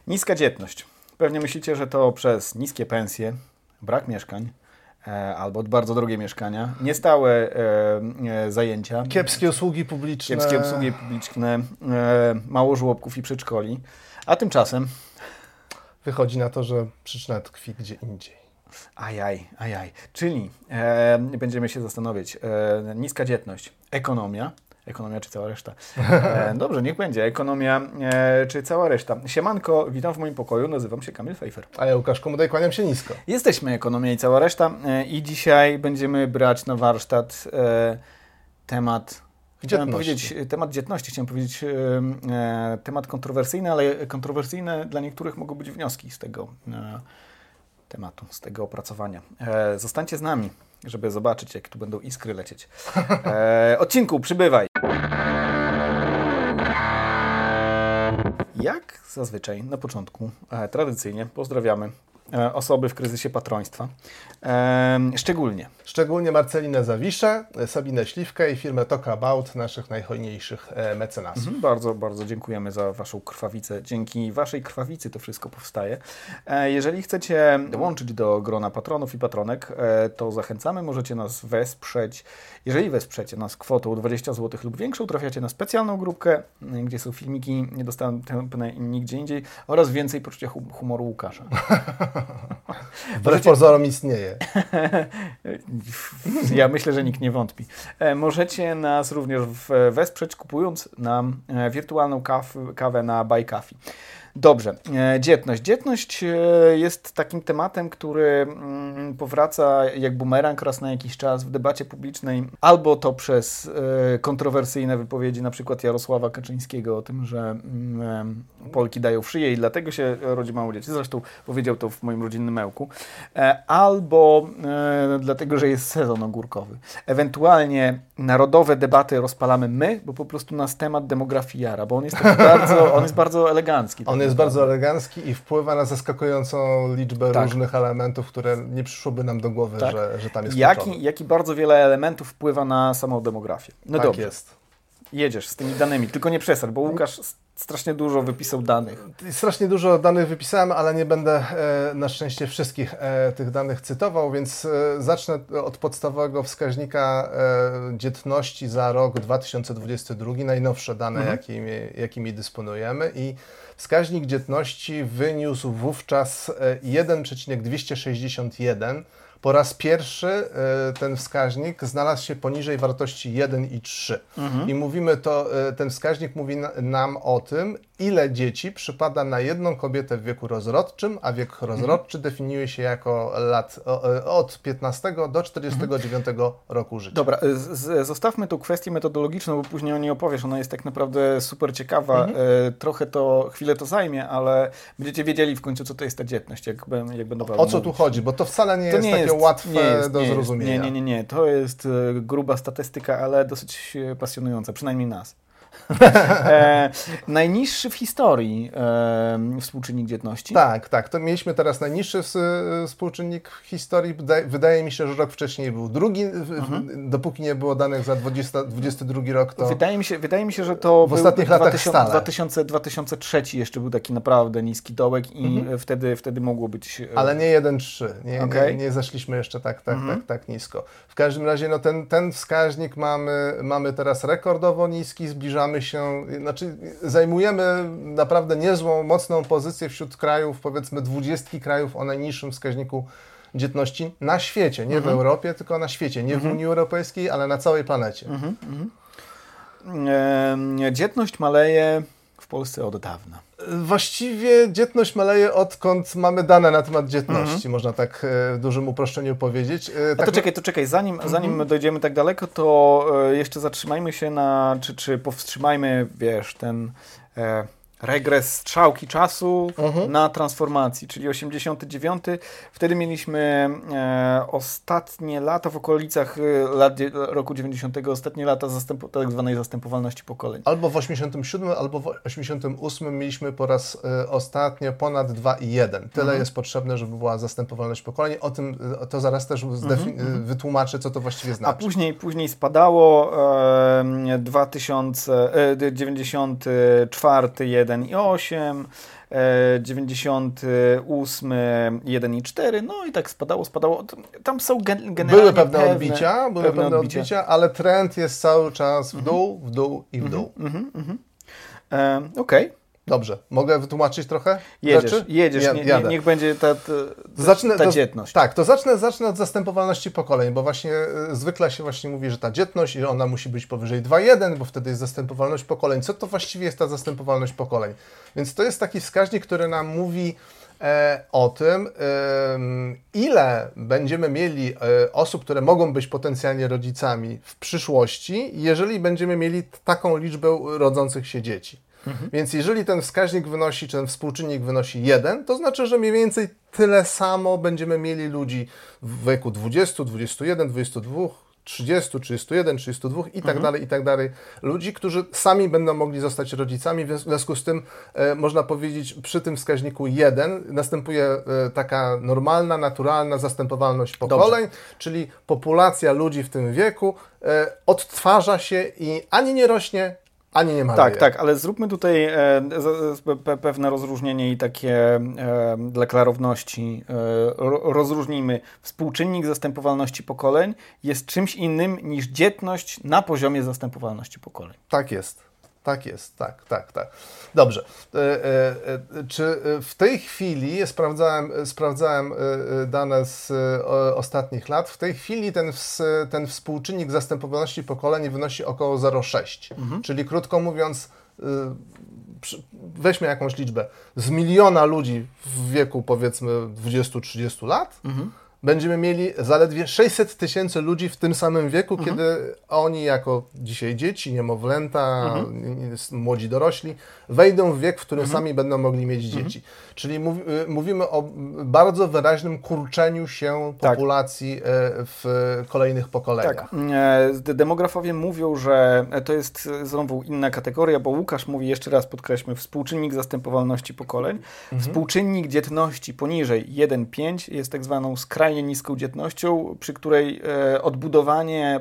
Niska dzietność. Pewnie myślicie, że to przez niskie pensje, brak mieszkań, albo bardzo drogie mieszkania, niestałe zajęcia. Kiepskie usługi publiczne. Mało żłobków i przedszkoli. A tymczasem wychodzi na to, że przyczyna tkwi gdzie indziej. Ajaj. Czyli będziemy się zastanowić. Niska dzietność, ekonomia czy cała reszta? Dobrze, niech będzie. Ekonomia czy cała reszta? Siemanko, witam w moim pokoju, nazywam się Kamil Fejfer. A ja, Łukasz Komuda, kłaniam się nisko. Jesteśmy Ekonomia i cała reszta i dzisiaj będziemy brać na warsztat temat dzietności. Chciałem powiedzieć temat kontrowersyjny, ale kontrowersyjne dla niektórych mogą być wnioski z tego tematu, z tego opracowania. Zostańcie z nami, żeby zobaczyć, jak tu będą iskry lecieć. Odcinku, przybywaj! Jak zazwyczaj na początku, tradycyjnie pozdrawiamy osoby w kryzysie patroństwa. Szczególnie Marcelinę Zawiszę, Sabinę Śliwkę i firmę Talk About, naszych najhojniejszych mecenasów. Bardzo, bardzo dziękujemy za Waszą krwawicę. Dzięki Waszej krwawicy to wszystko powstaje. Jeżeli chcecie dołączyć do grona patronów i patronek, to zachęcamy, możecie nas wesprzeć. Jeżeli wesprzecie nas kwotą 20 zł lub większą, trafiacie na specjalną grupkę, gdzie są filmiki niedostępne nigdzie indziej oraz więcej poczucia humoru Łukasza. Wbrew pozorom istnieje. Ja myślę, że nikt nie wątpi. Możecie nas również wesprzeć, kupując nam wirtualną kawę na Buy Coffee. Dobrze, dzietność. Dzietność jest takim tematem, który powraca jak bumerang raz na jakiś czas w debacie publicznej, albo to przez kontrowersyjne wypowiedzi na przykład Jarosława Kaczyńskiego o tym, że Polki dają w szyję i dlatego się rodzi mało dzieci. Zresztą powiedział to w moim rodzinnym Ełku. Albo dlatego, że jest sezon ogórkowy. Ewentualnie narodowe debaty rozpalamy my, bo po prostu nas temat demografii jara, bo on jest bardzo elegancki. On jest bardzo elegancki i wpływa na zaskakującą liczbę różnych elementów, które nie przyszłoby nam do głowy, że tam jest Jaki bardzo wiele elementów wpływa na samą demografię. No tak dobrze. Jest. Jedziesz z tymi danymi, tylko nie przesadź, bo Łukasz strasznie dużo wypisał danych. Strasznie dużo danych wypisałem, ale nie będę na szczęście wszystkich tych danych cytował, więc zacznę od podstawowego wskaźnika dzietności za rok 2022, najnowsze dane, jakimi dysponujemy, i wskaźnik dzietności wyniósł wówczas 1,261. Po raz pierwszy ten wskaźnik znalazł się poniżej wartości 1,3. I mówimy ten wskaźnik mówi nam o tym, ile dzieci przypada na jedną kobietę w wieku rozrodczym, a wiek rozrodczy definiuje się jako lat od 15 do 49 roku życia. Dobra, zostawmy tą kwestię metodologiczną, bo później o niej opowiesz. Ona jest tak naprawdę super ciekawa. Chwilę to zajmie, ale będziecie wiedzieli w końcu, co to jest ta dzietność, jak będą o co tu chodzi, bo to wcale nie jest takie łatwe do zrozumienia. Nie. To jest gruba statystyka, ale dosyć pasjonująca, przynajmniej nas. Najniższy w historii współczynnik dzietności? Tak. To mieliśmy teraz najniższy współczynnik w historii. Wydaje mi się, że rok wcześniej był drugi. Dopóki nie było danych za 2022 rok, to... Wydaje mi się, że to w ostatnich latach 2003 jeszcze był taki naprawdę niski dołek i wtedy mogło być... Ale nie 1,3. Nie zeszliśmy jeszcze tak nisko. W każdym razie ten wskaźnik mamy teraz rekordowo niski, zbliżamy się, zajmujemy naprawdę niezłą, mocną pozycję wśród krajów, powiedzmy 20 krajów o najniższym wskaźniku dzietności na świecie, nie w Europie, tylko na świecie, nie w Unii Europejskiej, ale na całej planecie. Dzietność maleje w Polsce od dawna. Właściwie dzietność maleje, odkąd mamy dane na temat dzietności, można tak w dużym uproszczeniu powiedzieć. To czekaj, zanim dojdziemy tak daleko, to jeszcze zatrzymajmy się czy powstrzymajmy, ten regres strzałki czasu na transformacji, czyli 89. Wtedy mieliśmy ostatnie lata w okolicach roku 90, ostatnie lata tak zwanej zastępowalności pokoleń. Albo w 87, albo w 88 mieliśmy po raz ostatnio ponad 2,1. Tyle jest potrzebne, żeby była zastępowalność pokoleń. O tym to zaraz też wytłumaczę, co to właściwie znaczy. A później spadało 94, 1 1,8, 98 1,4, no i tak spadało. Tam są generalnie były pewne odbicia, ale trend jest cały czas w dół i w dół. Okej. Dobrze, mogę wytłumaczyć trochę? Jedziesz, niech będzie ta dzietność. Tak, to zacznę od zastępowalności pokoleń, bo właśnie zwykle się właśnie mówi, że ta dzietność, i ona musi być powyżej 2,1, bo wtedy jest zastępowalność pokoleń. Co to właściwie jest ta zastępowalność pokoleń? Więc to jest taki wskaźnik, który nam mówi o tym, ile będziemy mieli osób, które mogą być potencjalnie rodzicami w przyszłości, jeżeli będziemy mieli taką liczbę rodzących się dzieci. Więc jeżeli ten wskaźnik wynosi, czy ten współczynnik wynosi 1, to znaczy, że mniej więcej tyle samo będziemy mieli ludzi w wieku 20, 21, 22, 30, 31, 32 i tak dalej. Ludzi, którzy sami będą mogli zostać rodzicami. W związku z tym można powiedzieć, przy tym wskaźniku 1 następuje taka normalna, naturalna zastępowalność pokoleń, czyli populacja ludzi w tym wieku odtwarza się i ani nie rośnie, ani nie maleje. Tak, ale zróbmy tutaj pewne rozróżnienie i takie dla klarowności rozróżnijmy. Współczynnik zastępowalności pokoleń jest czymś innym niż dzietność na poziomie zastępowalności pokoleń. Tak jest. Tak. Dobrze. Czy w tej chwili, sprawdzałem dane z ostatnich lat, w tej chwili ten współczynnik zastępowalności pokoleń wynosi około 0,6. Czyli krótko mówiąc, weźmy jakąś liczbę, z 1 miliona ludzi w wieku powiedzmy 20-30 lat, będziemy mieli zaledwie 600 000 ludzi w tym samym wieku, kiedy oni jako dzisiaj dzieci, niemowlęta, młodzi dorośli, wejdą w wiek, w którym sami będą mogli mieć dzieci. Czyli mówimy o bardzo wyraźnym kurczeniu się populacji w kolejnych pokoleniach. Tak. Demografowie mówią, że to jest znowu inna kategoria, bo Łukasz mówi, jeszcze raz podkreślmy, współczynnik zastępowalności pokoleń. Współczynnik dzietności poniżej 1,5 jest tak zwaną skrajnie niską dzietnością, przy której odbudowanie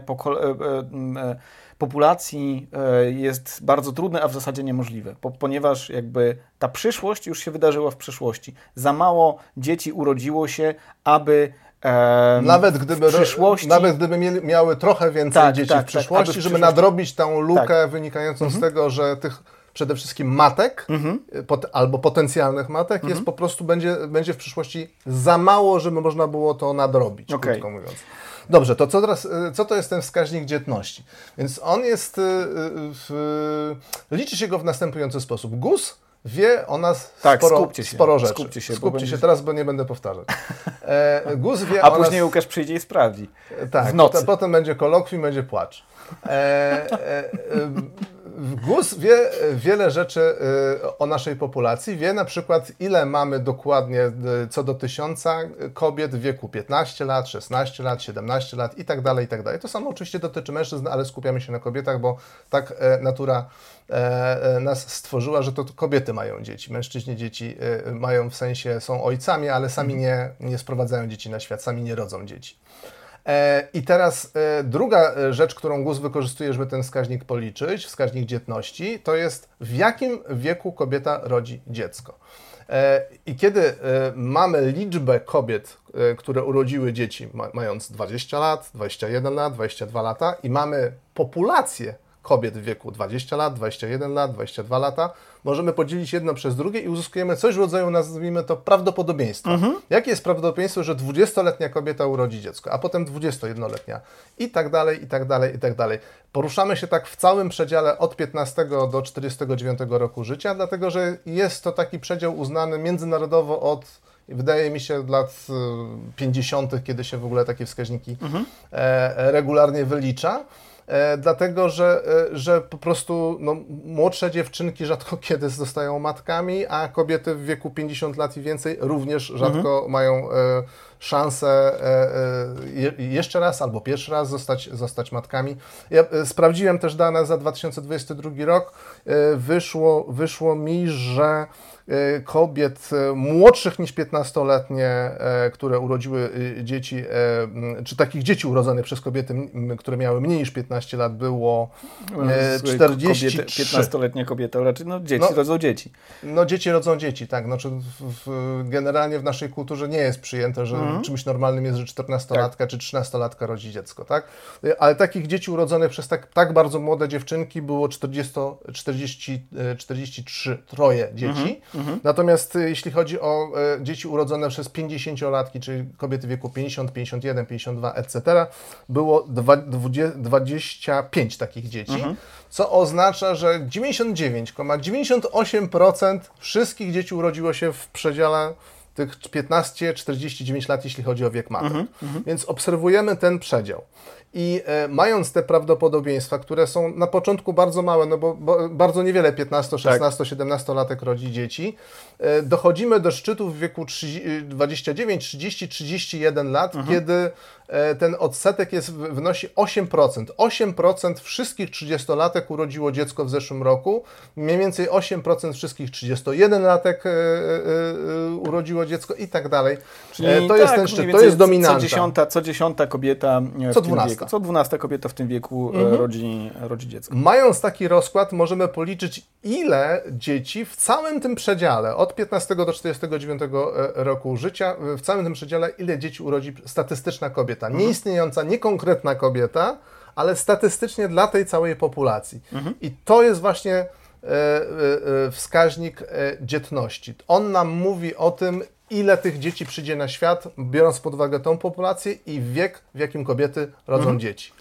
populacji jest bardzo trudne, a w zasadzie niemożliwe, ponieważ jakby ta przyszłość już się wydarzyła w przeszłości. Za mało dzieci urodziło się, aby nawet gdyby miały trochę więcej dzieci w przyszłości, żeby nadrobić tą lukę wynikającą z tego, że tych przede wszystkim matek albo potencjalnych matek jest po prostu będzie w przyszłości za mało, żeby można było to nadrobić, krótko mówiąc. Dobrze, to co to jest ten wskaźnik dzietności? Więc on jest, liczy się go w następujący sposób. GUS wie o nas sporo rzeczy. Skupcie się teraz, bo nie będę powtarzać. GUS wie o później nas... Łukasz przyjdzie i sprawdzi. Tak, w nocy. Potem będzie kolokwium, będzie płacz. GUS wie wiele rzeczy o naszej populacji. Wie na przykład, ile mamy dokładnie co do 1000 kobiet w wieku 15 lat, 16 lat, 17 lat i tak dalej, i tak dalej. To samo oczywiście dotyczy mężczyzn, ale skupiamy się na kobietach, bo tak natura nas stworzyła, że to kobiety mają dzieci. Mężczyźni dzieci mają, w sensie są ojcami, ale sami nie sprowadzają dzieci na świat, sami nie rodzą dzieci. I teraz druga rzecz, którą GUS wykorzystuje, żeby ten wskaźnik policzyć, wskaźnik dzietności, to jest w jakim wieku kobieta rodzi dziecko. I kiedy mamy liczbę kobiet, które urodziły dzieci mając 20 lat, 21 lat, 22 lata i mamy populację kobiet w wieku 20 lat, 21 lat, 22 lata, możemy podzielić jedno przez drugie i uzyskujemy coś w rodzaju, nazwijmy to, prawdopodobieństwa. Jakie jest prawdopodobieństwo, że 20-letnia kobieta urodzi dziecko, a potem 21-letnia i tak dalej, i tak dalej, i tak dalej. Poruszamy się tak w całym przedziale od 15 do 49 roku życia, dlatego że jest to taki przedział uznany międzynarodowo od, wydaje mi się, lat 50., kiedy się w ogóle takie wskaźniki regularnie wylicza. Dlatego, że po prostu młodsze dziewczynki rzadko kiedy zostają matkami, a kobiety w wieku 50 lat i więcej również rzadko mają szansę jeszcze raz albo pierwszy raz zostać matkami. Ja sprawdziłem też dane za 2022 rok. Wyszło mi, że kobiet młodszych niż 15-letnie, które urodziły dzieci, czy takich dzieci urodzonych przez kobiety, które miały mniej niż 15 lat, było 43. 15-letnie kobiety, raczej dzieci rodzą dzieci. Dzieci rodzą dzieci, tak. Znaczy generalnie w naszej kulturze nie jest przyjęte, że czymś normalnym jest, że 14-latka czy 13-latka rodzi dziecko, tak? Ale takich dzieci urodzonych przez tak bardzo młode dziewczynki było 43 dzieci. Natomiast jeśli chodzi o dzieci urodzone przez 50-latki, czyli kobiety w wieku 50, 51, 52, etc., było 25 takich dzieci, co oznacza, że 99,98% wszystkich dzieci urodziło się w przedziale tych 15-49 lat, jeśli chodzi o wiek matek. Więc obserwujemy ten przedział. I mając te prawdopodobieństwa, które są na początku bardzo małe, bo bardzo niewiele 15, 16, 17-latek rodzi dzieci, dochodzimy do szczytu w wieku 29, 30, 31 lat, kiedy ten odsetek wynosi 8%. 8% wszystkich 30-latek urodziło dziecko w zeszłym roku, mniej więcej 8% wszystkich 31-latek urodziło dziecko i tak dalej. Czyli to jest ten szczyt, to jest dominanta. Co dziesiąta kobieta w tym wieku. Co 12 kobieta w tym wieku rodzi dziecko. Mając taki rozkład, możemy policzyć, ile dzieci w całym tym przedziale, od 15 do 49 roku życia, w całym tym przedziale, ile dzieci urodzi statystyczna kobieta. Nieistniejąca, niekonkretna kobieta, ale statystycznie dla tej całej populacji. I to jest właśnie wskaźnik dzietności. On nam mówi o tym, ile tych dzieci przyjdzie na świat, biorąc pod uwagę tą populację i wiek, w jakim kobiety rodzą dzieci.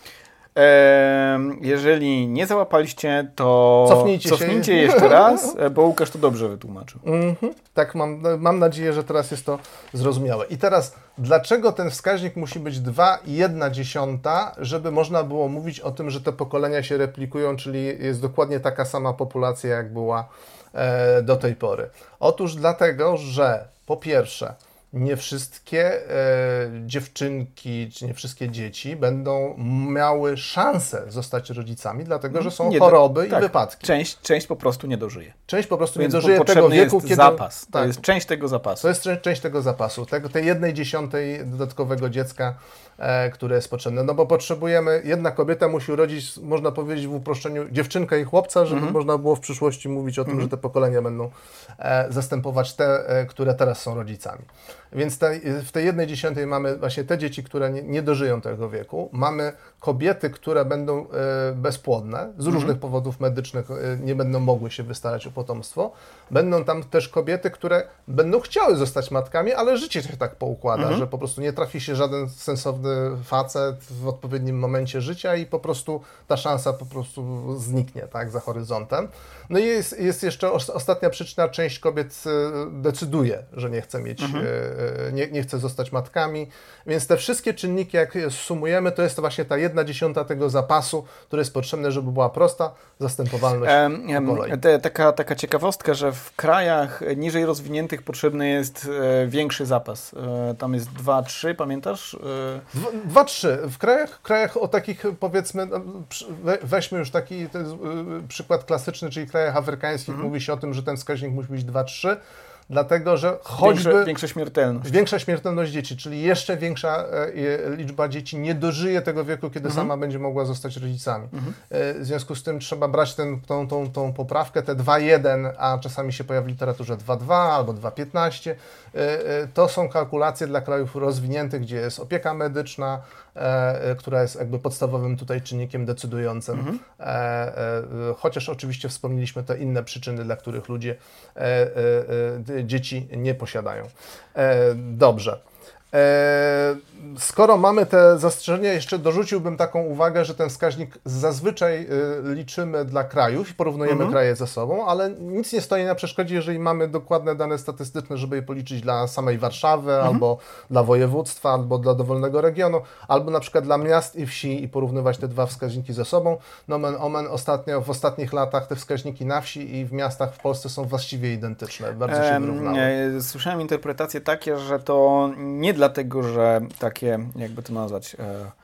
Jeżeli nie załapaliście, to cofnijcie jeszcze raz, bo Łukasz to dobrze wytłumaczył. Tak, mam nadzieję, że teraz jest to zrozumiałe. I teraz, dlaczego ten wskaźnik musi być 2,1, żeby można było mówić o tym, że te pokolenia się replikują, czyli jest dokładnie taka sama populacja, jak była do tej pory? Otóż dlatego, że po pierwsze, nie wszystkie dziewczynki, czy nie wszystkie dzieci będą miały szansę zostać rodzicami, dlatego że są choroby i wypadki. Część po prostu nie dożyje. Część po prostu nie dożyje tego wieku, jest kiedy... zapas. To jest część tego zapasu. To jest część tego zapasu, tej 1/10 dodatkowego dziecka, które jest potrzebne. Bo potrzebujemy, jedna kobieta musi urodzić, można powiedzieć w uproszczeniu, dziewczynkę i chłopca, żeby można było w przyszłości mówić o tym, że te pokolenia będą zastępować te, które teraz są rodzicami. Więc w tej 1/10 mamy właśnie te dzieci, które nie dożyją tego wieku. Mamy kobiety, które będą bezpłodne, z różnych powodów medycznych nie będą mogły się wystarać o potomstwo. Będą tam też kobiety, które będą chciały zostać matkami, ale życie się tak poukłada, że po prostu nie trafi się żaden sensowny facet w odpowiednim momencie życia i po prostu ta szansa po prostu zniknie, tak, za horyzontem. No i jest jeszcze ostatnia przyczyna, część kobiet decyduje, że nie chce mieć, nie chce zostać matkami, więc te wszystkie czynniki, jak je sumujemy, to jest to właśnie ta 1/10 tego zapasu, który jest potrzebny, żeby była prosta zastępowalność pokoleń. Taka ciekawostka, że w krajach niżej rozwiniętych potrzebny jest większy zapas. Tam jest 2-3, pamiętasz? 2-3. W krajach o takich, powiedzmy, weźmy już taki przykład klasyczny, czyli w krajach afrykańskich mówi się o tym, że ten wskaźnik musi być 2-3. Dlatego, że choćby większa śmiertelność dzieci, czyli jeszcze większa liczba dzieci nie dożyje tego wieku, kiedy sama będzie mogła zostać rodzicami. W związku z tym trzeba brać tą poprawkę, te 2,1, a czasami się pojawia w literaturze 2,2 albo 2,15. To są kalkulacje dla krajów rozwiniętych, gdzie jest opieka medyczna, która jest jakby podstawowym tutaj czynnikiem decydującym. Chociaż oczywiście wspomnieliśmy te inne przyczyny, dla których ludzie dzieci nie posiadają. Dobrze. Skoro mamy te zastrzeżenia, jeszcze dorzuciłbym taką uwagę, że ten wskaźnik zazwyczaj liczymy dla krajów i porównujemy kraje ze sobą, ale nic nie stoi na przeszkodzie, jeżeli mamy dokładne dane statystyczne, żeby je policzyć dla samej Warszawy, albo dla województwa, albo dla dowolnego regionu, albo na przykład dla miast i wsi i porównywać te dwa wskaźniki ze sobą. Nomen omen, w ostatnich latach te wskaźniki na wsi i w miastach w Polsce są właściwie identyczne, bardzo się wyrównały. Słyszałem interpretacje takie, że to nie dlatego, że takie, jakby to nazwać,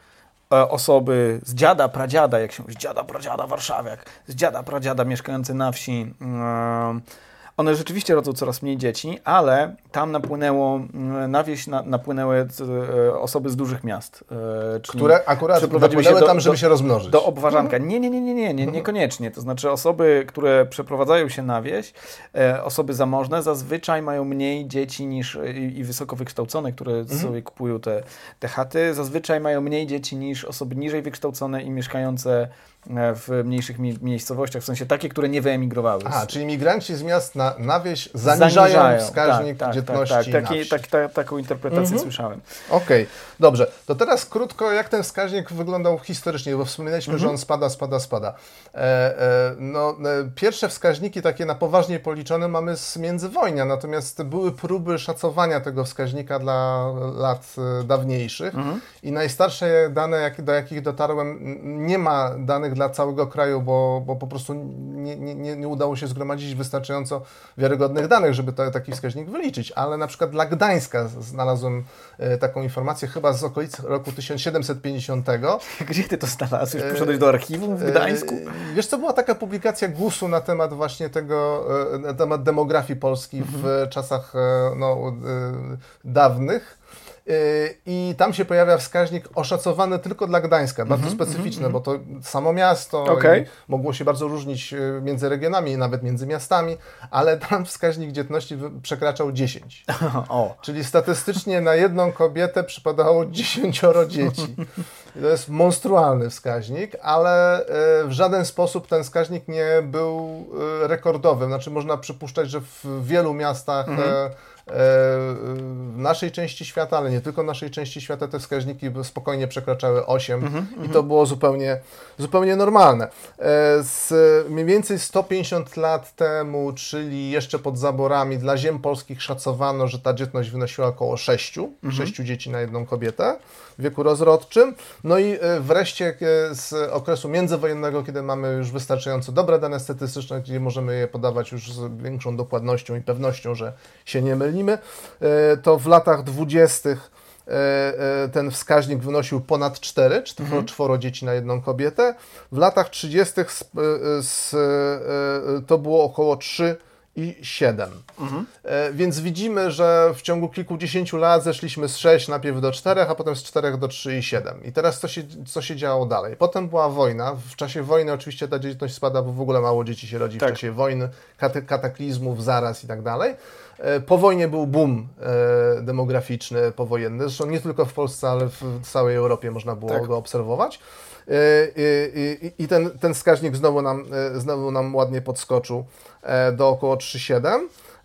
osoby z dziada, pradziada, z dziada, pradziada warszawiak, z dziada, pradziada mieszkający na wsi, one rzeczywiście rodzą coraz mniej dzieci, ale tam na wieś napłynęły osoby z dużych miast. Które akurat napłynęły tam, żeby się rozmnożyć. Do obwarzanka. Niekoniecznie. To znaczy osoby, które przeprowadzają się na wieś, osoby zamożne zazwyczaj mają mniej dzieci niż i wysoko wykształcone, które sobie kupują te chaty, zazwyczaj mają mniej dzieci niż osoby niżej wykształcone i mieszkające w mniejszych miejscowościach, w sensie takie, które nie wyemigrowały. Czyli migranci z miast na wieś zaniżają wskaźnik dzietności na wsi. Taką interpretację słyszałem. Okej, dobrze. To teraz krótko, jak ten wskaźnik wyglądał historycznie, bo wspominaliśmy, że on spada. Pierwsze wskaźniki takie na poważnie policzone mamy z międzywojnia, natomiast były próby szacowania tego wskaźnika dla lat dawniejszych i najstarsze dane, do jakich dotarłem, nie ma danych dla całego kraju, bo po prostu nie udało się zgromadzić wystarczająco wiarygodnych danych, żeby taki wskaźnik wyliczyć, ale na przykład dla Gdańska znalazłem taką informację chyba z okolic roku 1750. Gdzie ty to znalazłeś? Poszedłeś do archiwum w Gdańsku? Wiesz co, była taka publikacja GUS-u na temat właśnie tego, na temat demografii Polski w czasach dawnych. I tam się pojawia wskaźnik oszacowany tylko dla Gdańska, bardzo specyficzny, bo to samo miasto mogło się bardzo różnić między regionami, nawet między miastami, ale tam wskaźnik dzietności przekraczał 10. Czyli statystycznie na jedną kobietę przypadało 10 dzieci. I to jest monstrualny wskaźnik, ale w żaden sposób ten wskaźnik nie był rekordowy. Znaczy można przypuszczać, że w wielu miastach w naszej części świata, ale nie tylko w naszej części świata, te wskaźniki spokojnie przekraczały 8 i to było zupełnie normalne. Mniej więcej 150 lat temu, czyli jeszcze pod zaborami, dla ziem polskich szacowano, że ta dzietność wynosiła około 6 dzieci na jedną kobietę w wieku rozrodczym. No i wreszcie z okresu międzywojennego, kiedy mamy już wystarczająco dobre dane statystyczne, gdzie możemy je podawać już z większą dokładnością i pewnością, że się nie mylimy, to w latach 20. ten wskaźnik wynosił ponad 4 dzieci na jedną kobietę. W latach 30. to było około 3,7. Więc widzimy, że w ciągu kilkudziesięciu lat zeszliśmy z 6 najpierw do 4, a potem z 4 do 3,7. I teraz co się działo dalej? Potem była wojna. W czasie wojny oczywiście ta dzietność spada, bo w ogóle mało dzieci się rodzi w czasie wojny, kataklizmów, zaraz i tak dalej. Po wojnie był boom demograficzny powojenny. Zresztą nie tylko w Polsce, ale w całej Europie można było go obserwować. I ten wskaźnik znowu nam ładnie podskoczył do około 3,7.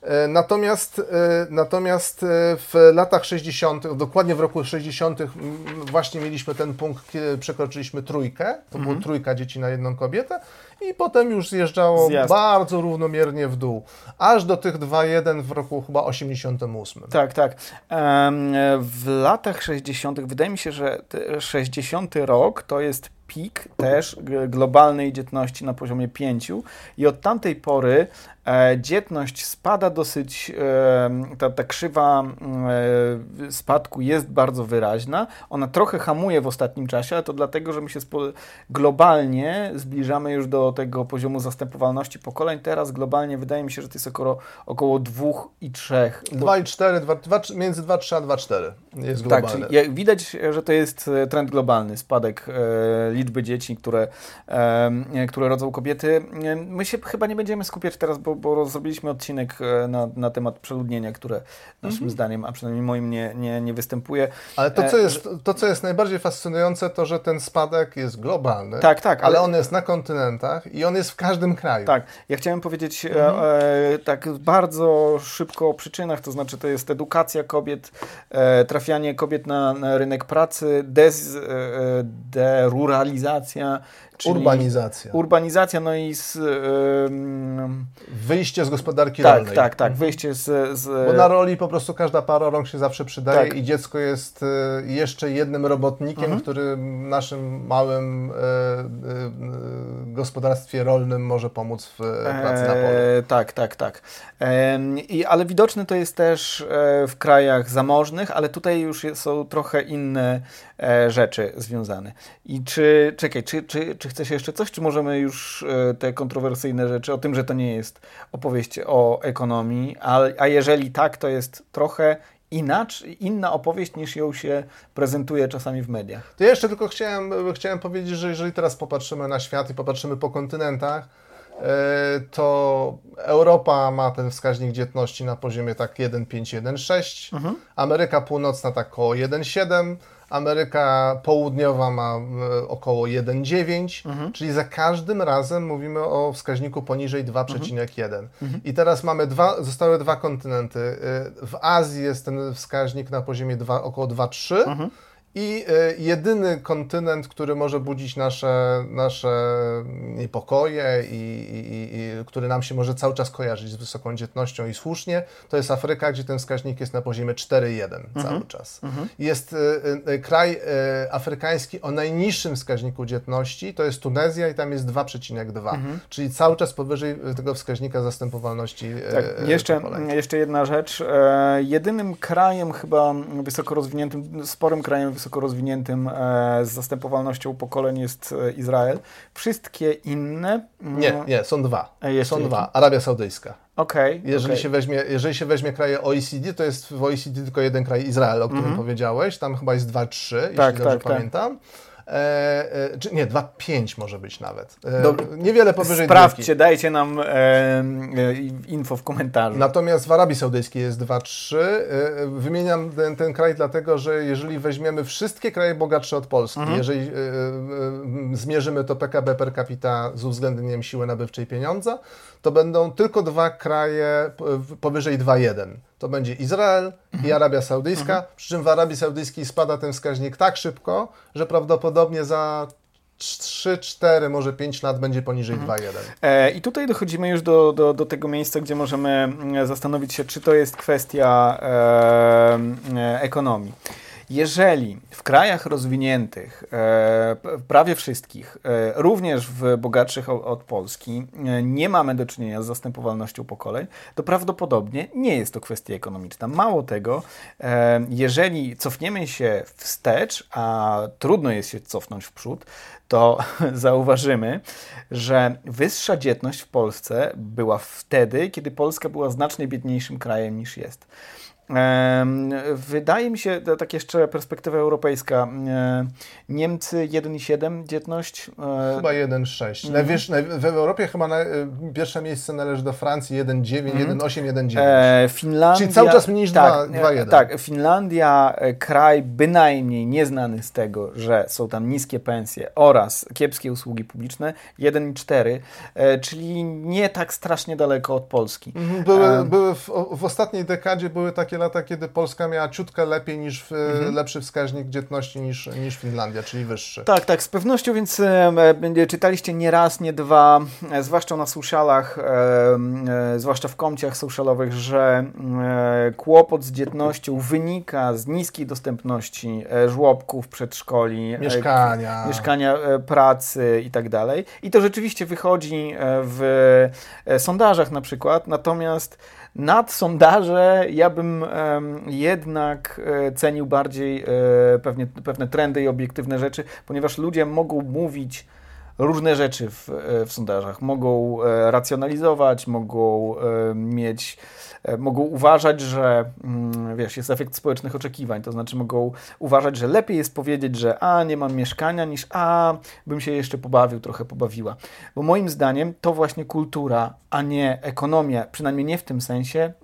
Natomiast w latach 60., dokładnie w roku 60. właśnie mieliśmy ten punkt, kiedy przekroczyliśmy 3. To było 3 dzieci na jedną kobietę i potem już zjeżdżało bardzo równomiernie w dół. Aż do tych 2,1 w roku chyba 88. Tak. W latach 60. wydaje mi się, że 60. rok to jest pik też globalnej dzietności na poziomie 5 i od tamtej pory dzietność spada dosyć, ta krzywa spadku jest bardzo wyraźna. Ona trochę hamuje w ostatnim czasie, ale to dlatego, że my się globalnie zbliżamy już do tego poziomu zastępowalności pokoleń. Teraz globalnie wydaje mi się, że to jest około 2,3. 2,4, między 2,3 a 2,4 jest globalny. Tak, czyli widać, że to jest trend globalny, spadek liczby dzieci, które rodzą kobiety. My się chyba nie będziemy skupiać teraz, bo zrobiliśmy odcinek na temat przeludnienia, które naszym zdaniem, a przynajmniej moim nie występuje. Ale to, co jest najbardziej fascynujące, to, że ten spadek jest globalny, ale on jest na kontynentach i on jest w każdym kraju. Tak, ja chciałem powiedzieć tak bardzo szybko o przyczynach, to znaczy to jest edukacja kobiet, trafianie kobiet na rynek pracy, deruralizacja, czyli urbanizacja, no i wyjście z gospodarki rolnej. Tak, wyjście Bo na roli po prostu każda para rąk się zawsze przydaje i dziecko jest jeszcze jednym robotnikiem, który w naszym małym gospodarstwie rolnym może pomóc w pracy na polu. Tak. Ale widoczne to jest też w krajach zamożnych, ale tutaj już są trochę inne rzeczy związane. I czy chcesz jeszcze coś, czy możemy już te kontrowersyjne rzeczy, o tym, że to nie jest opowieść o ekonomii, a jeżeli tak, to jest trochę inna opowieść, niż ją się prezentuje czasami w mediach. To ja jeszcze tylko chciałem powiedzieć, że jeżeli teraz popatrzymy na świat i popatrzymy po kontynentach, to Europa ma ten wskaźnik dzietności na poziomie tak 1,5, 1,6, Ameryka Północna tak około 1,7, Ameryka Południowa ma około 1,9, czyli za każdym razem mówimy o wskaźniku poniżej 2,1. I teraz zostały dwa kontynenty. W Azji jest ten wskaźnik na poziomie około 2,3. I jedyny kontynent, który może budzić nasze niepokoje i który nam się może cały czas kojarzyć z wysoką dzietnością i słusznie, to jest Afryka, gdzie ten wskaźnik jest na poziomie 4,1 cały czas. Jest kraj afrykański o najniższym wskaźniku dzietności, to jest Tunezja i tam jest 2,2, czyli cały czas powyżej tego wskaźnika zastępowalności jeszcze jedna rzecz. Jedynym krajem chyba wysoko rozwiniętym, sporym krajem wysoko rozwiniętym z zastępowalnością pokoleń jest Izrael. Wszystkie inne... Nie, są dwa. Są dwa. Arabia Saudyjska. Jeżeli się weźmie kraje OECD, to jest w OECD tylko jeden kraj, Izrael, o którym powiedziałeś. Tam chyba jest 2,3, jeśli dobrze pamiętam. Nie, 2,5 może być nawet. Niewiele powyżej Sprawdźcie, dajcie nam info w komentarzu. Natomiast w Arabii Saudyjskiej jest 2,3. Wymieniam ten kraj dlatego, że jeżeli weźmiemy wszystkie kraje bogatsze od Polski, jeżeli zmierzymy to PKB per capita z uwzględnieniem siły nabywczej pieniądza, to będą tylko dwa kraje powyżej 2,1. To będzie Izrael i Arabia Saudyjska, przy czym w Arabii Saudyjskiej spada ten wskaźnik tak szybko, że prawdopodobnie za 3, 4, może 5 lat będzie poniżej 2,1. I tutaj dochodzimy już do tego miejsca, gdzie możemy zastanowić się, czy to jest kwestia ekonomii. Jeżeli w krajach rozwiniętych, prawie wszystkich, również w bogatszych od Polski, nie mamy do czynienia z zastępowalnością pokoleń, to prawdopodobnie nie jest to kwestia ekonomiczna. Mało tego, jeżeli cofniemy się wstecz, a trudno jest się cofnąć w przód, to zauważymy, że wyższa dzietność w Polsce była wtedy, kiedy Polska była znacznie biedniejszym krajem niż jest. Wydaje mi się, tak jeszcze perspektywa europejska, Niemcy 1,7 dzietność? Chyba 1,6. W Europie chyba pierwsze miejsce należy do Francji 1,9, 1,8, 1,9. Finlandia, czyli cały czas mniej niż 2,1. Tak, Finlandia, kraj bynajmniej nieznany z tego, że są tam niskie pensje oraz kiepskie usługi publiczne, 1,4, czyli nie tak strasznie daleko od Polski. Były w ostatniej dekadzie były takie lata, kiedy Polska miała ciutkę lepiej lepszy wskaźnik dzietności niż Finlandia, czyli wyższy. Tak, z pewnością, więc czytaliście nie raz, nie dwa, zwłaszcza na socialach, zwłaszcza w komciach socialowych, że kłopot z dzietnością wynika z niskiej dostępności żłobków, przedszkoli, mieszkania, pracy i tak dalej. I to rzeczywiście wychodzi w sondażach na przykład, natomiast nad sondaże ja bym jednak cenił bardziej pewne trendy i obiektywne rzeczy, ponieważ ludzie mogą mówić różne rzeczy w sondażach. Mogą racjonalizować, mogą uważać, że jest efekt społecznych oczekiwań, to znaczy mogą uważać, że lepiej jest powiedzieć, że nie mam mieszkania, niż bym się jeszcze trochę pobawiła. Bo moim zdaniem to właśnie kultura, a nie ekonomia, przynajmniej nie w tym sensie,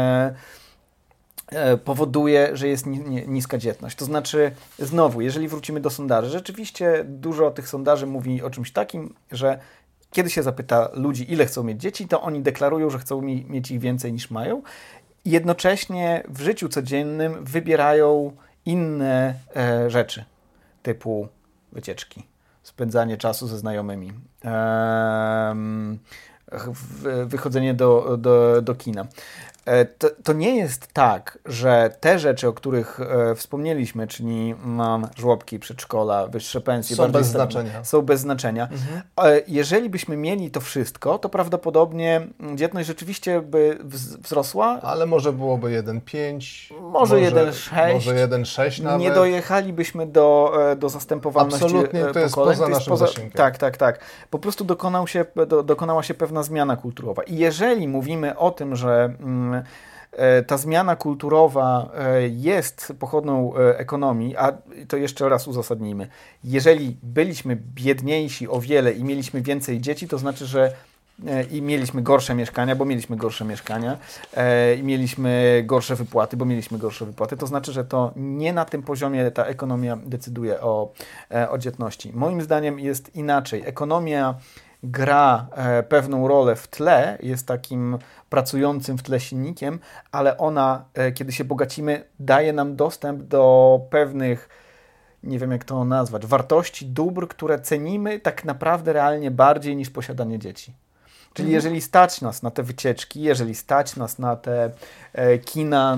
powoduje, że jest niska dzietność. To znaczy, znowu, jeżeli wrócimy do sondaży, rzeczywiście dużo tych sondaży mówi o czymś takim, że kiedy się zapyta ludzi, ile chcą mieć dzieci, to oni deklarują, że chcą mieć ich więcej niż mają. I jednocześnie w życiu codziennym wybierają inne rzeczy, typu wycieczki, spędzanie czasu ze znajomymi, wychodzenie do kina. To nie jest tak, że te rzeczy, o których wspomnieliśmy, czyli żłobki, przedszkola, wyższe pensje, są bez znaczenia. Jeżeli byśmy mieli to wszystko, to prawdopodobnie dzietność rzeczywiście by wzrosła. Ale może byłoby 1,5, może 1,6. Może 1,6 nawet. Nie dojechalibyśmy do zastępowalności absolutnie, to jest poza naszym zasięgiem. Tak. Po prostu dokonała się pewna zmiana kulturowa. I jeżeli mówimy o tym, że ta zmiana kulturowa jest pochodną ekonomii, a to jeszcze raz uzasadnijmy. Jeżeli byliśmy biedniejsi o wiele i mieliśmy więcej dzieci, to znaczy, że i mieliśmy gorsze mieszkania, bo mieliśmy gorsze mieszkania i mieliśmy gorsze wypłaty, bo mieliśmy gorsze wypłaty, to znaczy, że to nie na tym poziomie ta ekonomia decyduje o dzietności. Moim zdaniem jest inaczej. Ekonomia gra pewną rolę w tle, jest takim pracującym w tle silnikiem, ale ona, kiedy się bogacimy, daje nam dostęp do pewnych, nie wiem jak to nazwać, wartości, dóbr, które cenimy tak naprawdę realnie bardziej niż posiadanie dzieci. Czyli jeżeli stać nas na te wycieczki, jeżeli stać nas na te kina,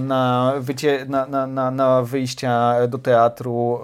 na wyjścia do teatru,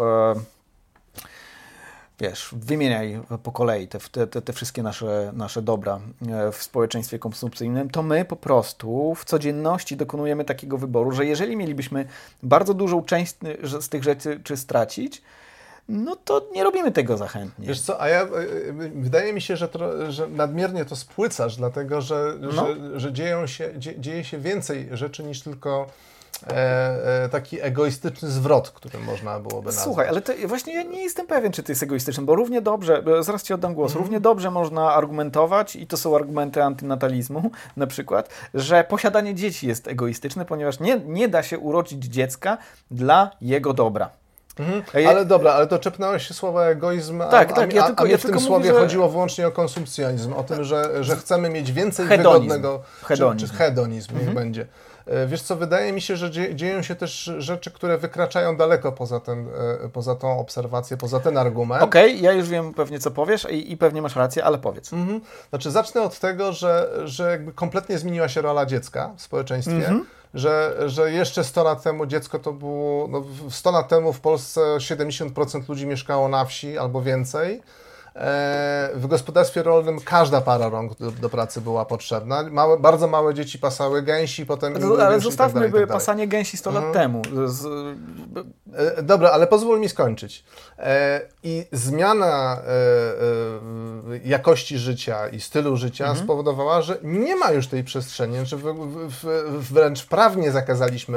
wymieniaj po kolei te wszystkie nasze dobra w społeczeństwie konsumpcyjnym, to my po prostu w codzienności dokonujemy takiego wyboru, że jeżeli mielibyśmy bardzo dużą część z tych rzeczy stracić, no to nie robimy tego zachętnie. Wiesz co, wydaje mi się, że nadmiernie to spłycasz, dlatego że dzieje się więcej rzeczy niż tylko taki egoistyczny zwrot, który można byłoby nazwać. Słuchaj, ale to właśnie ja nie jestem pewien, czy to jest egoistyczne, bo równie dobrze, zaraz Ci oddam głos, równie dobrze można argumentować, i to są argumenty antynatalizmu na przykład, że posiadanie dzieci jest egoistyczne, ponieważ nie da się urodzić dziecka dla jego dobra. Ale dobra, ale to czepnąć się słowa egoizm, a mnie w tym słowie chodziło wyłącznie o konsumpcjonizm, o tym, że chcemy mieć więcej wygodnego... Hedonizm, niech będzie. Wiesz co, wydaje mi się, że dzieją się też rzeczy, które wykraczają daleko poza tą obserwację, poza ten argument. Okej, ja już wiem pewnie, co powiesz i pewnie masz rację, ale powiedz. Znaczy, zacznę od tego, że jakby kompletnie zmieniła się rola dziecka w społeczeństwie. Że jeszcze 100 lat temu dziecko to było... 100 lat temu w Polsce 70% ludzi mieszkało na wsi albo więcej. W gospodarstwie rolnym każda para rąk do pracy była potrzebna. Bardzo małe dzieci pasały gęsi, potem... Ale zostawmy pasanie gęsi 100 lat temu. Dobra, ale pozwól mi skończyć. I zmiana jakości życia i stylu życia spowodowała, że nie ma już tej przestrzeni, że wręcz prawnie zakazaliśmy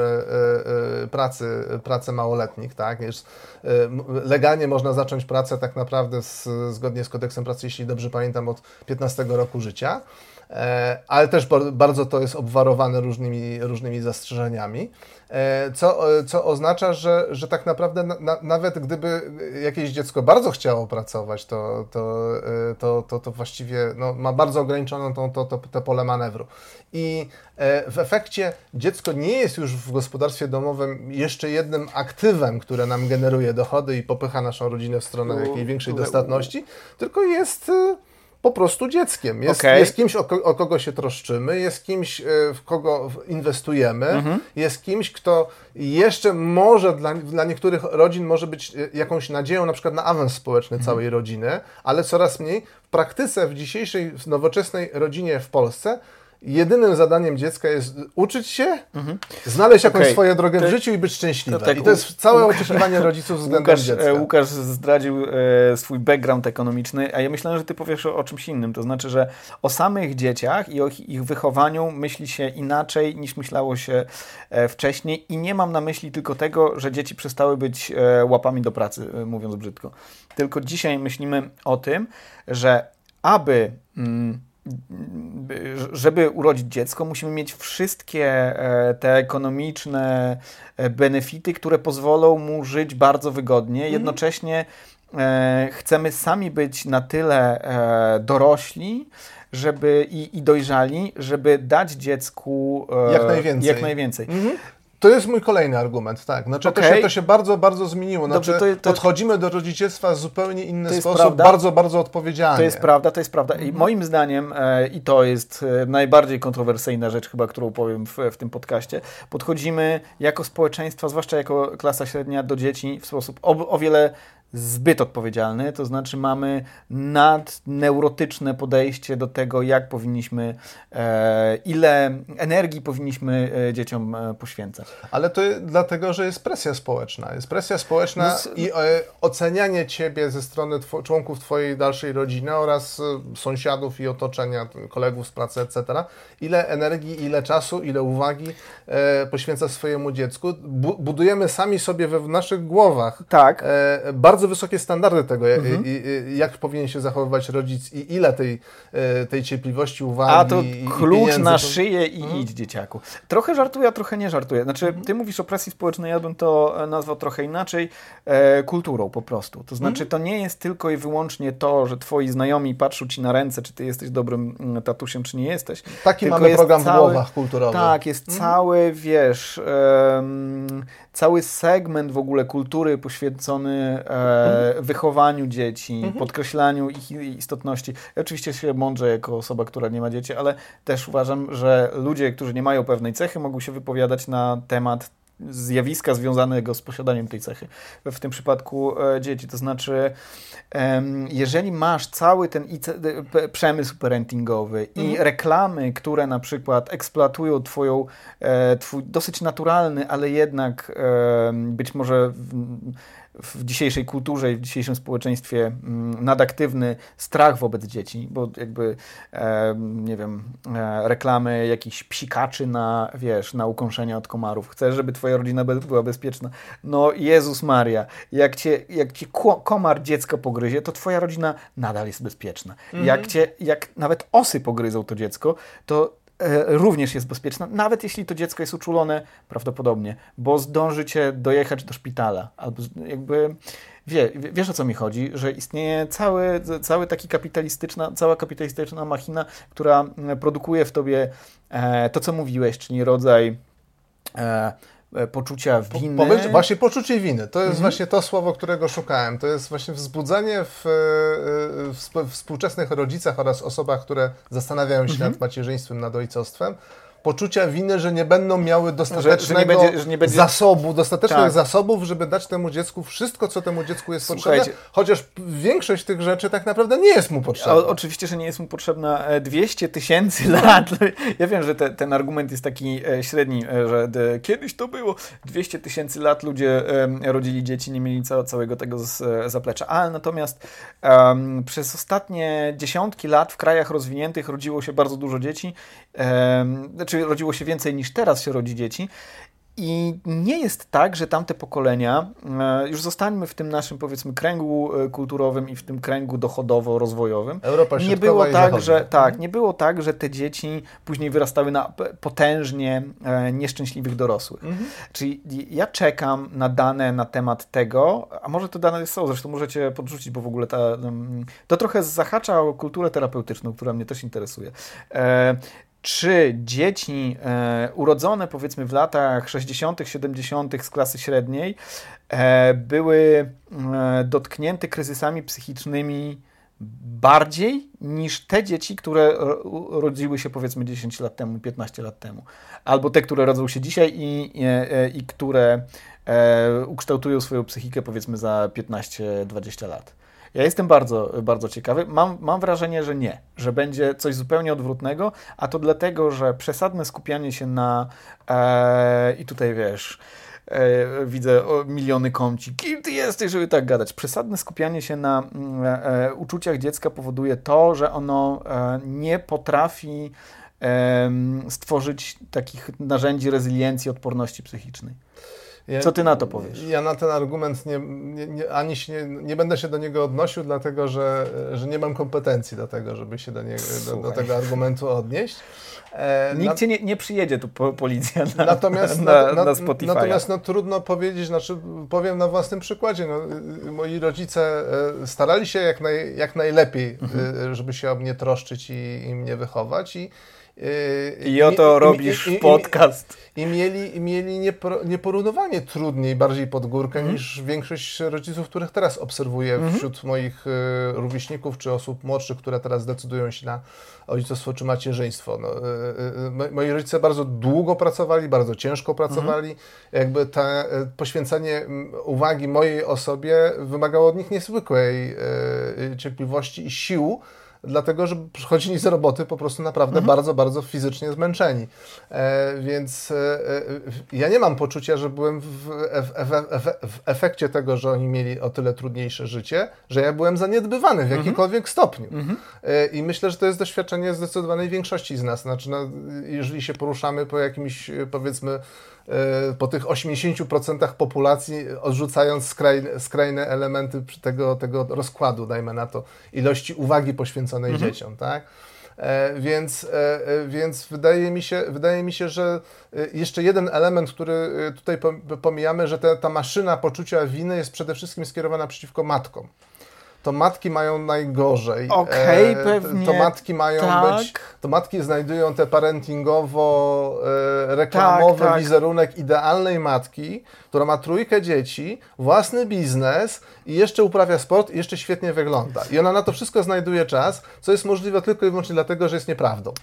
pracy małoletnich, tak? Legalnie można zacząć pracę tak naprawdę zgodnie z kodeksem pracy, jeśli dobrze pamiętam, od 15 roku życia, ale też bardzo to jest obwarowane różnymi zastrzeżeniami, co oznacza, że tak naprawdę nawet gdyby jakieś dziecko bardzo chciało pracować, to właściwie ma bardzo ograniczoną to pole manewru. I w efekcie dziecko nie jest już w gospodarstwie domowym jeszcze jednym aktywem, które nam generuje dochody i popycha naszą rodzinę w stronę jakiejś większej dostatności, tylko jest po prostu dzieckiem. Jest kimś, o kogo się troszczymy, jest kimś, w kogo inwestujemy, jest kimś, kto jeszcze może dla niektórych rodzin może być jakąś nadzieją na przykład na awans społeczny całej rodziny, ale coraz mniej. W praktyce w dzisiejszej nowoczesnej rodzinie w Polsce jedynym zadaniem dziecka jest uczyć się, znaleźć jakąś swoją drogę w życiu i być szczęśliwe. I to jest całe oczekiwanie rodziców względem dziecka. Łukasz zdradził swój background ekonomiczny, a ja myślałem, że ty powiesz o czymś innym. To znaczy, że o samych dzieciach i o ich wychowaniu myśli się inaczej niż myślało się wcześniej i nie mam na myśli tylko tego, że dzieci przestały być łapami do pracy, mówiąc brzydko. Tylko dzisiaj myślimy o tym, że żeby urodzić dziecko, musimy mieć wszystkie te ekonomiczne benefity, które pozwolą mu żyć bardzo wygodnie. Jednocześnie chcemy sami być na tyle dorośli, i dojrzali, żeby dać dziecku jak najwięcej. To jest mój kolejny argument, tak. Znaczy to się bardzo, bardzo zmieniło. Znaczy, dobrze, podchodzimy do rodzicielstwa w zupełnie inny sposób, bardzo, bardzo odpowiedzialnie. To jest prawda. I moim zdaniem, i to jest najbardziej kontrowersyjna rzecz chyba, którą powiem w tym podcaście, podchodzimy jako społeczeństwo, zwłaszcza jako klasa średnia, do dzieci w sposób o wiele zbyt odpowiedzialny, to znaczy mamy nadneurotyczne podejście do tego, jak powinniśmy, ile energii powinniśmy dzieciom poświęcać. Ale to dlatego, że jest presja społeczna. Jest presja społeczna i ocenianie ciebie ze strony członków twojej dalszej rodziny oraz sąsiadów i otoczenia, kolegów z pracy, etc. Ile energii, ile czasu, ile uwagi poświęca swojemu dziecku. Budujemy sami sobie w naszych głowach bardzo wysokie standardy tego, jak powinien się zachowywać rodzic i ile tej cierpliwości, uwagi. A to klucz na szyję i idź, dzieciaku. Trochę żartuję, a trochę nie żartuję. Znaczy, ty mówisz o presji społecznej, ja bym to nazwał trochę inaczej, kulturą po prostu. To znaczy, to nie jest tylko i wyłącznie to, że twoi znajomi patrzą ci na ręce, czy ty jesteś dobrym tatusiem, czy nie jesteś. Taki mamy program w głowach kulturowych. Tak, jest cały, wiesz, cały segment w ogóle kultury poświęcony wychowaniu dzieci, podkreślaniu ich istotności. Ja oczywiście się mądrzę jako osoba, która nie ma dzieci, ale też uważam, że ludzie, którzy nie mają pewnej cechy, mogą się wypowiadać na temat zjawiska związanego z posiadaniem tej cechy. W tym przypadku dzieci. To znaczy, jeżeli masz cały ten przemysł parentingowy i reklamy, które na przykład eksploatują twój dosyć naturalny, ale jednak być może w dzisiejszej kulturze i w dzisiejszym społeczeństwie nadaktywny strach wobec dzieci, bo jakby, nie wiem, reklamy jakichś psikaczy na ukąszenia od komarów. Chcesz, żeby twoja rodzina była bezpieczna? No Jezus Maria, jak ci komar dziecko pogryzie, to twoja rodzina nadal jest bezpieczna. Jak nawet osy pogryzą to dziecko, to również jest bezpieczna, nawet jeśli to dziecko jest uczulone prawdopodobnie, bo zdąży cię dojechać do szpitala. Albo jakby wiesz, o co mi chodzi, że istnieje cała kapitalistyczna machina, która produkuje w tobie to, co mówiłeś, czyli rodzaj poczucia winy. Właśnie poczucie winy. To jest właśnie to słowo, którego szukałem. To jest właśnie wzbudzenie w współczesnych rodzicach oraz osobach, które zastanawiają się nad macierzyństwem, nad ojcostwem, poczucia winy, że nie będą miały dostatecznych zasobów, żeby dać temu dziecku wszystko, co temu dziecku jest potrzebne, chociaż większość tych rzeczy tak naprawdę nie jest mu potrzebna. Oczywiście, że nie jest mu potrzebna 200 000 lat. Ja wiem, że ten argument jest taki średni, że kiedyś to było 200 000 lat ludzie rodzili dzieci, nie mieli całego tego zaplecza. Ale natomiast przez ostatnie dziesiątki lat w krajach rozwiniętych rodziło się bardzo dużo dzieci, rodziło się więcej niż teraz się rodzi dzieci i nie jest tak, że tamte pokolenia, już zostańmy w tym naszym, powiedzmy, kręgu kulturowym i w tym kręgu dochodowo-rozwojowym, nie było nie było tak, że te dzieci później wyrastały na potężnie nieszczęśliwych dorosłych. Czyli ja czekam na dane na temat tego, a może te dane są, zresztą możecie podrzucić, bo w ogóle to trochę zahacza o kulturę terapeutyczną, która mnie też interesuje. Czy dzieci urodzone, powiedzmy, w latach 60., 70. z klasy średniej były dotknięte kryzysami psychicznymi bardziej niż te dzieci, które rodziły się, powiedzmy, 10 lat temu, 15 lat temu. Albo te, które rodzą się dzisiaj i które ukształtują swoją psychikę, powiedzmy, za 15-20 lat. Ja jestem bardzo, bardzo ciekawy. Mam wrażenie, że nie, że będzie coś zupełnie odwrotnego, a to dlatego, że przesadne skupianie się na i tutaj wiesz, widzę miliony kąci. Kim ty jesteś, żeby tak gadać? Przesadne skupianie się na uczuciach dziecka powoduje to, że ono nie potrafi stworzyć takich narzędzi rezyliencji, odporności psychicznej. Co ty na to powiesz? Ja na ten argument nie będę się do niego odnosił, dlatego że nie mam kompetencji do tego, żeby się do tego argumentu odnieść. Nikt cię nie przyjedzie tu policja na Spotify. Natomiast trudno powiedzieć, powiem na własnym przykładzie. Moi rodzice starali się jak najlepiej, żeby się o mnie troszczyć i mnie wychować. I oto robisz podcast. I mieli nieporównywanie trudniej, bardziej pod górkę niż większość rodziców, których teraz obserwuję wśród moich rówieśników czy osób młodszych, które teraz decydują się na ojcostwo czy macierzyństwo. No, moi rodzice bardzo długo pracowali, bardzo ciężko pracowali. Jakby poświęcenie uwagi mojej osobie wymagało od nich niezwykłej cierpliwości i sił, dlatego, że przychodzili z roboty po prostu naprawdę bardzo, bardzo fizycznie zmęczeni. Więc ja nie mam poczucia, że byłem w efekcie tego, że oni mieli o tyle trudniejsze życie, że ja byłem zaniedbywany w jakimkolwiek stopniu. I myślę, że to jest doświadczenie zdecydowanej większości z nas. Znaczy, no, jeżeli się poruszamy po jakimś, powiedzmy, po tych 80% populacji, odrzucając skrajne elementy tego rozkładu, dajmy na to, ilości uwagi poświęconej dzieciom, tak? Więc wydaje mi się, że jeszcze jeden element, który tutaj pomijamy, że ta maszyna poczucia winy jest przede wszystkim skierowana przeciwko matkom. To matki mają najgorzej. Pewnie. To matki mają być. To matki znajdują te parentingowo reklamowy wizerunek idealnej matki, która ma 3 dzieci, własny biznes i jeszcze uprawia sport i jeszcze świetnie wygląda. I ona na to wszystko znajduje czas, co jest możliwe tylko i wyłącznie dlatego, że jest nieprawdą.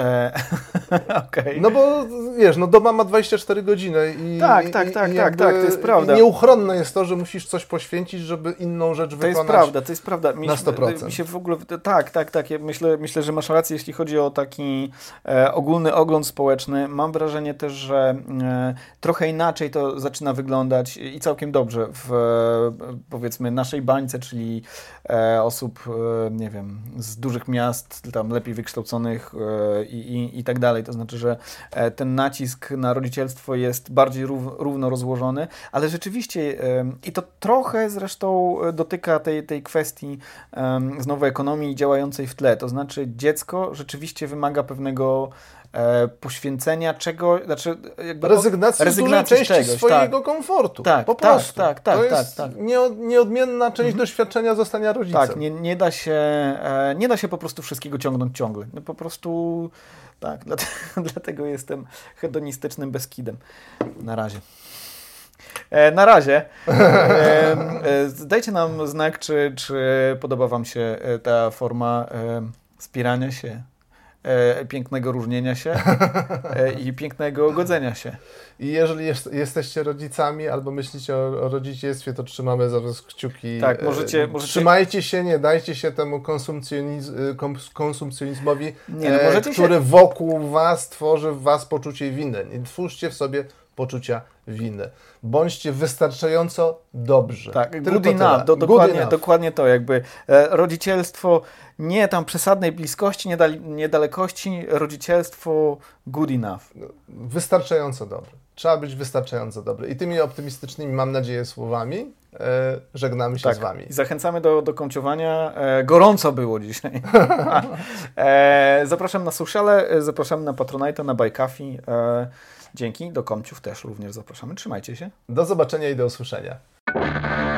No bo wiesz, no doba ma 24 godziny i to jest prawda. I nieuchronne jest to, że musisz coś poświęcić, żeby inną rzecz wykonać. To jest prawda. Na 100%. Mi się w ogóle, tak. Ja myślę, że masz rację, jeśli chodzi o taki ogólny ogląd społeczny. Mam wrażenie też, że trochę inaczej to zaczyna wyglądać i całkiem dobrze w, powiedzmy, naszej bańce, czyli osób, nie wiem, z dużych miast, tam lepiej wykształconych i tak dalej. To znaczy, że ten nacisk na rodzicielstwo jest bardziej równo rozłożony, ale rzeczywiście i to trochę zresztą dotyka tej kwestii znowu ekonomii działającej w tle. To znaczy dziecko rzeczywiście wymaga pewnego poświęcenia rezygnacji z dużej części swojego komfortu. Po prostu. To jest nieodmienna część doświadczenia zostania rodzicem. Tak, nie da się po prostu wszystkiego ciągnąć ciągle. No, po prostu tak, dlatego jestem hedonistycznym Beskidem. Na razie. Dajcie nam znak, czy podoba Wam się ta forma wspierania się, pięknego różnienia się i pięknego godzenia się. I jeżeli jesteście rodzicami albo myślicie o rodzicielstwie, to trzymamy za was kciuki. Tak, możecie... Trzymajcie się, nie dajcie się temu konsumpcjonizmowi, który wokół was tworzy w was poczucie winy. Nie twórzcie w sobie poczucia winy. Bądźcie wystarczająco dobrzy. Tak, good enough. Dokładnie to. Jakby rodzicielstwo nie tam przesadnej bliskości, niedalekości, rodzicielstwo good enough. Wystarczająco dobry. Trzeba być wystarczająco dobry. I tymi optymistycznymi, mam nadzieję, słowami żegnamy się z Wami. I zachęcamy do kąciowania. Gorąco było dzisiaj. Zapraszam na sociale, zapraszamy na Patronite'a, na Buy Coffee. Dzięki, do komciów też również zapraszamy. Trzymajcie się. Do zobaczenia i do usłyszenia.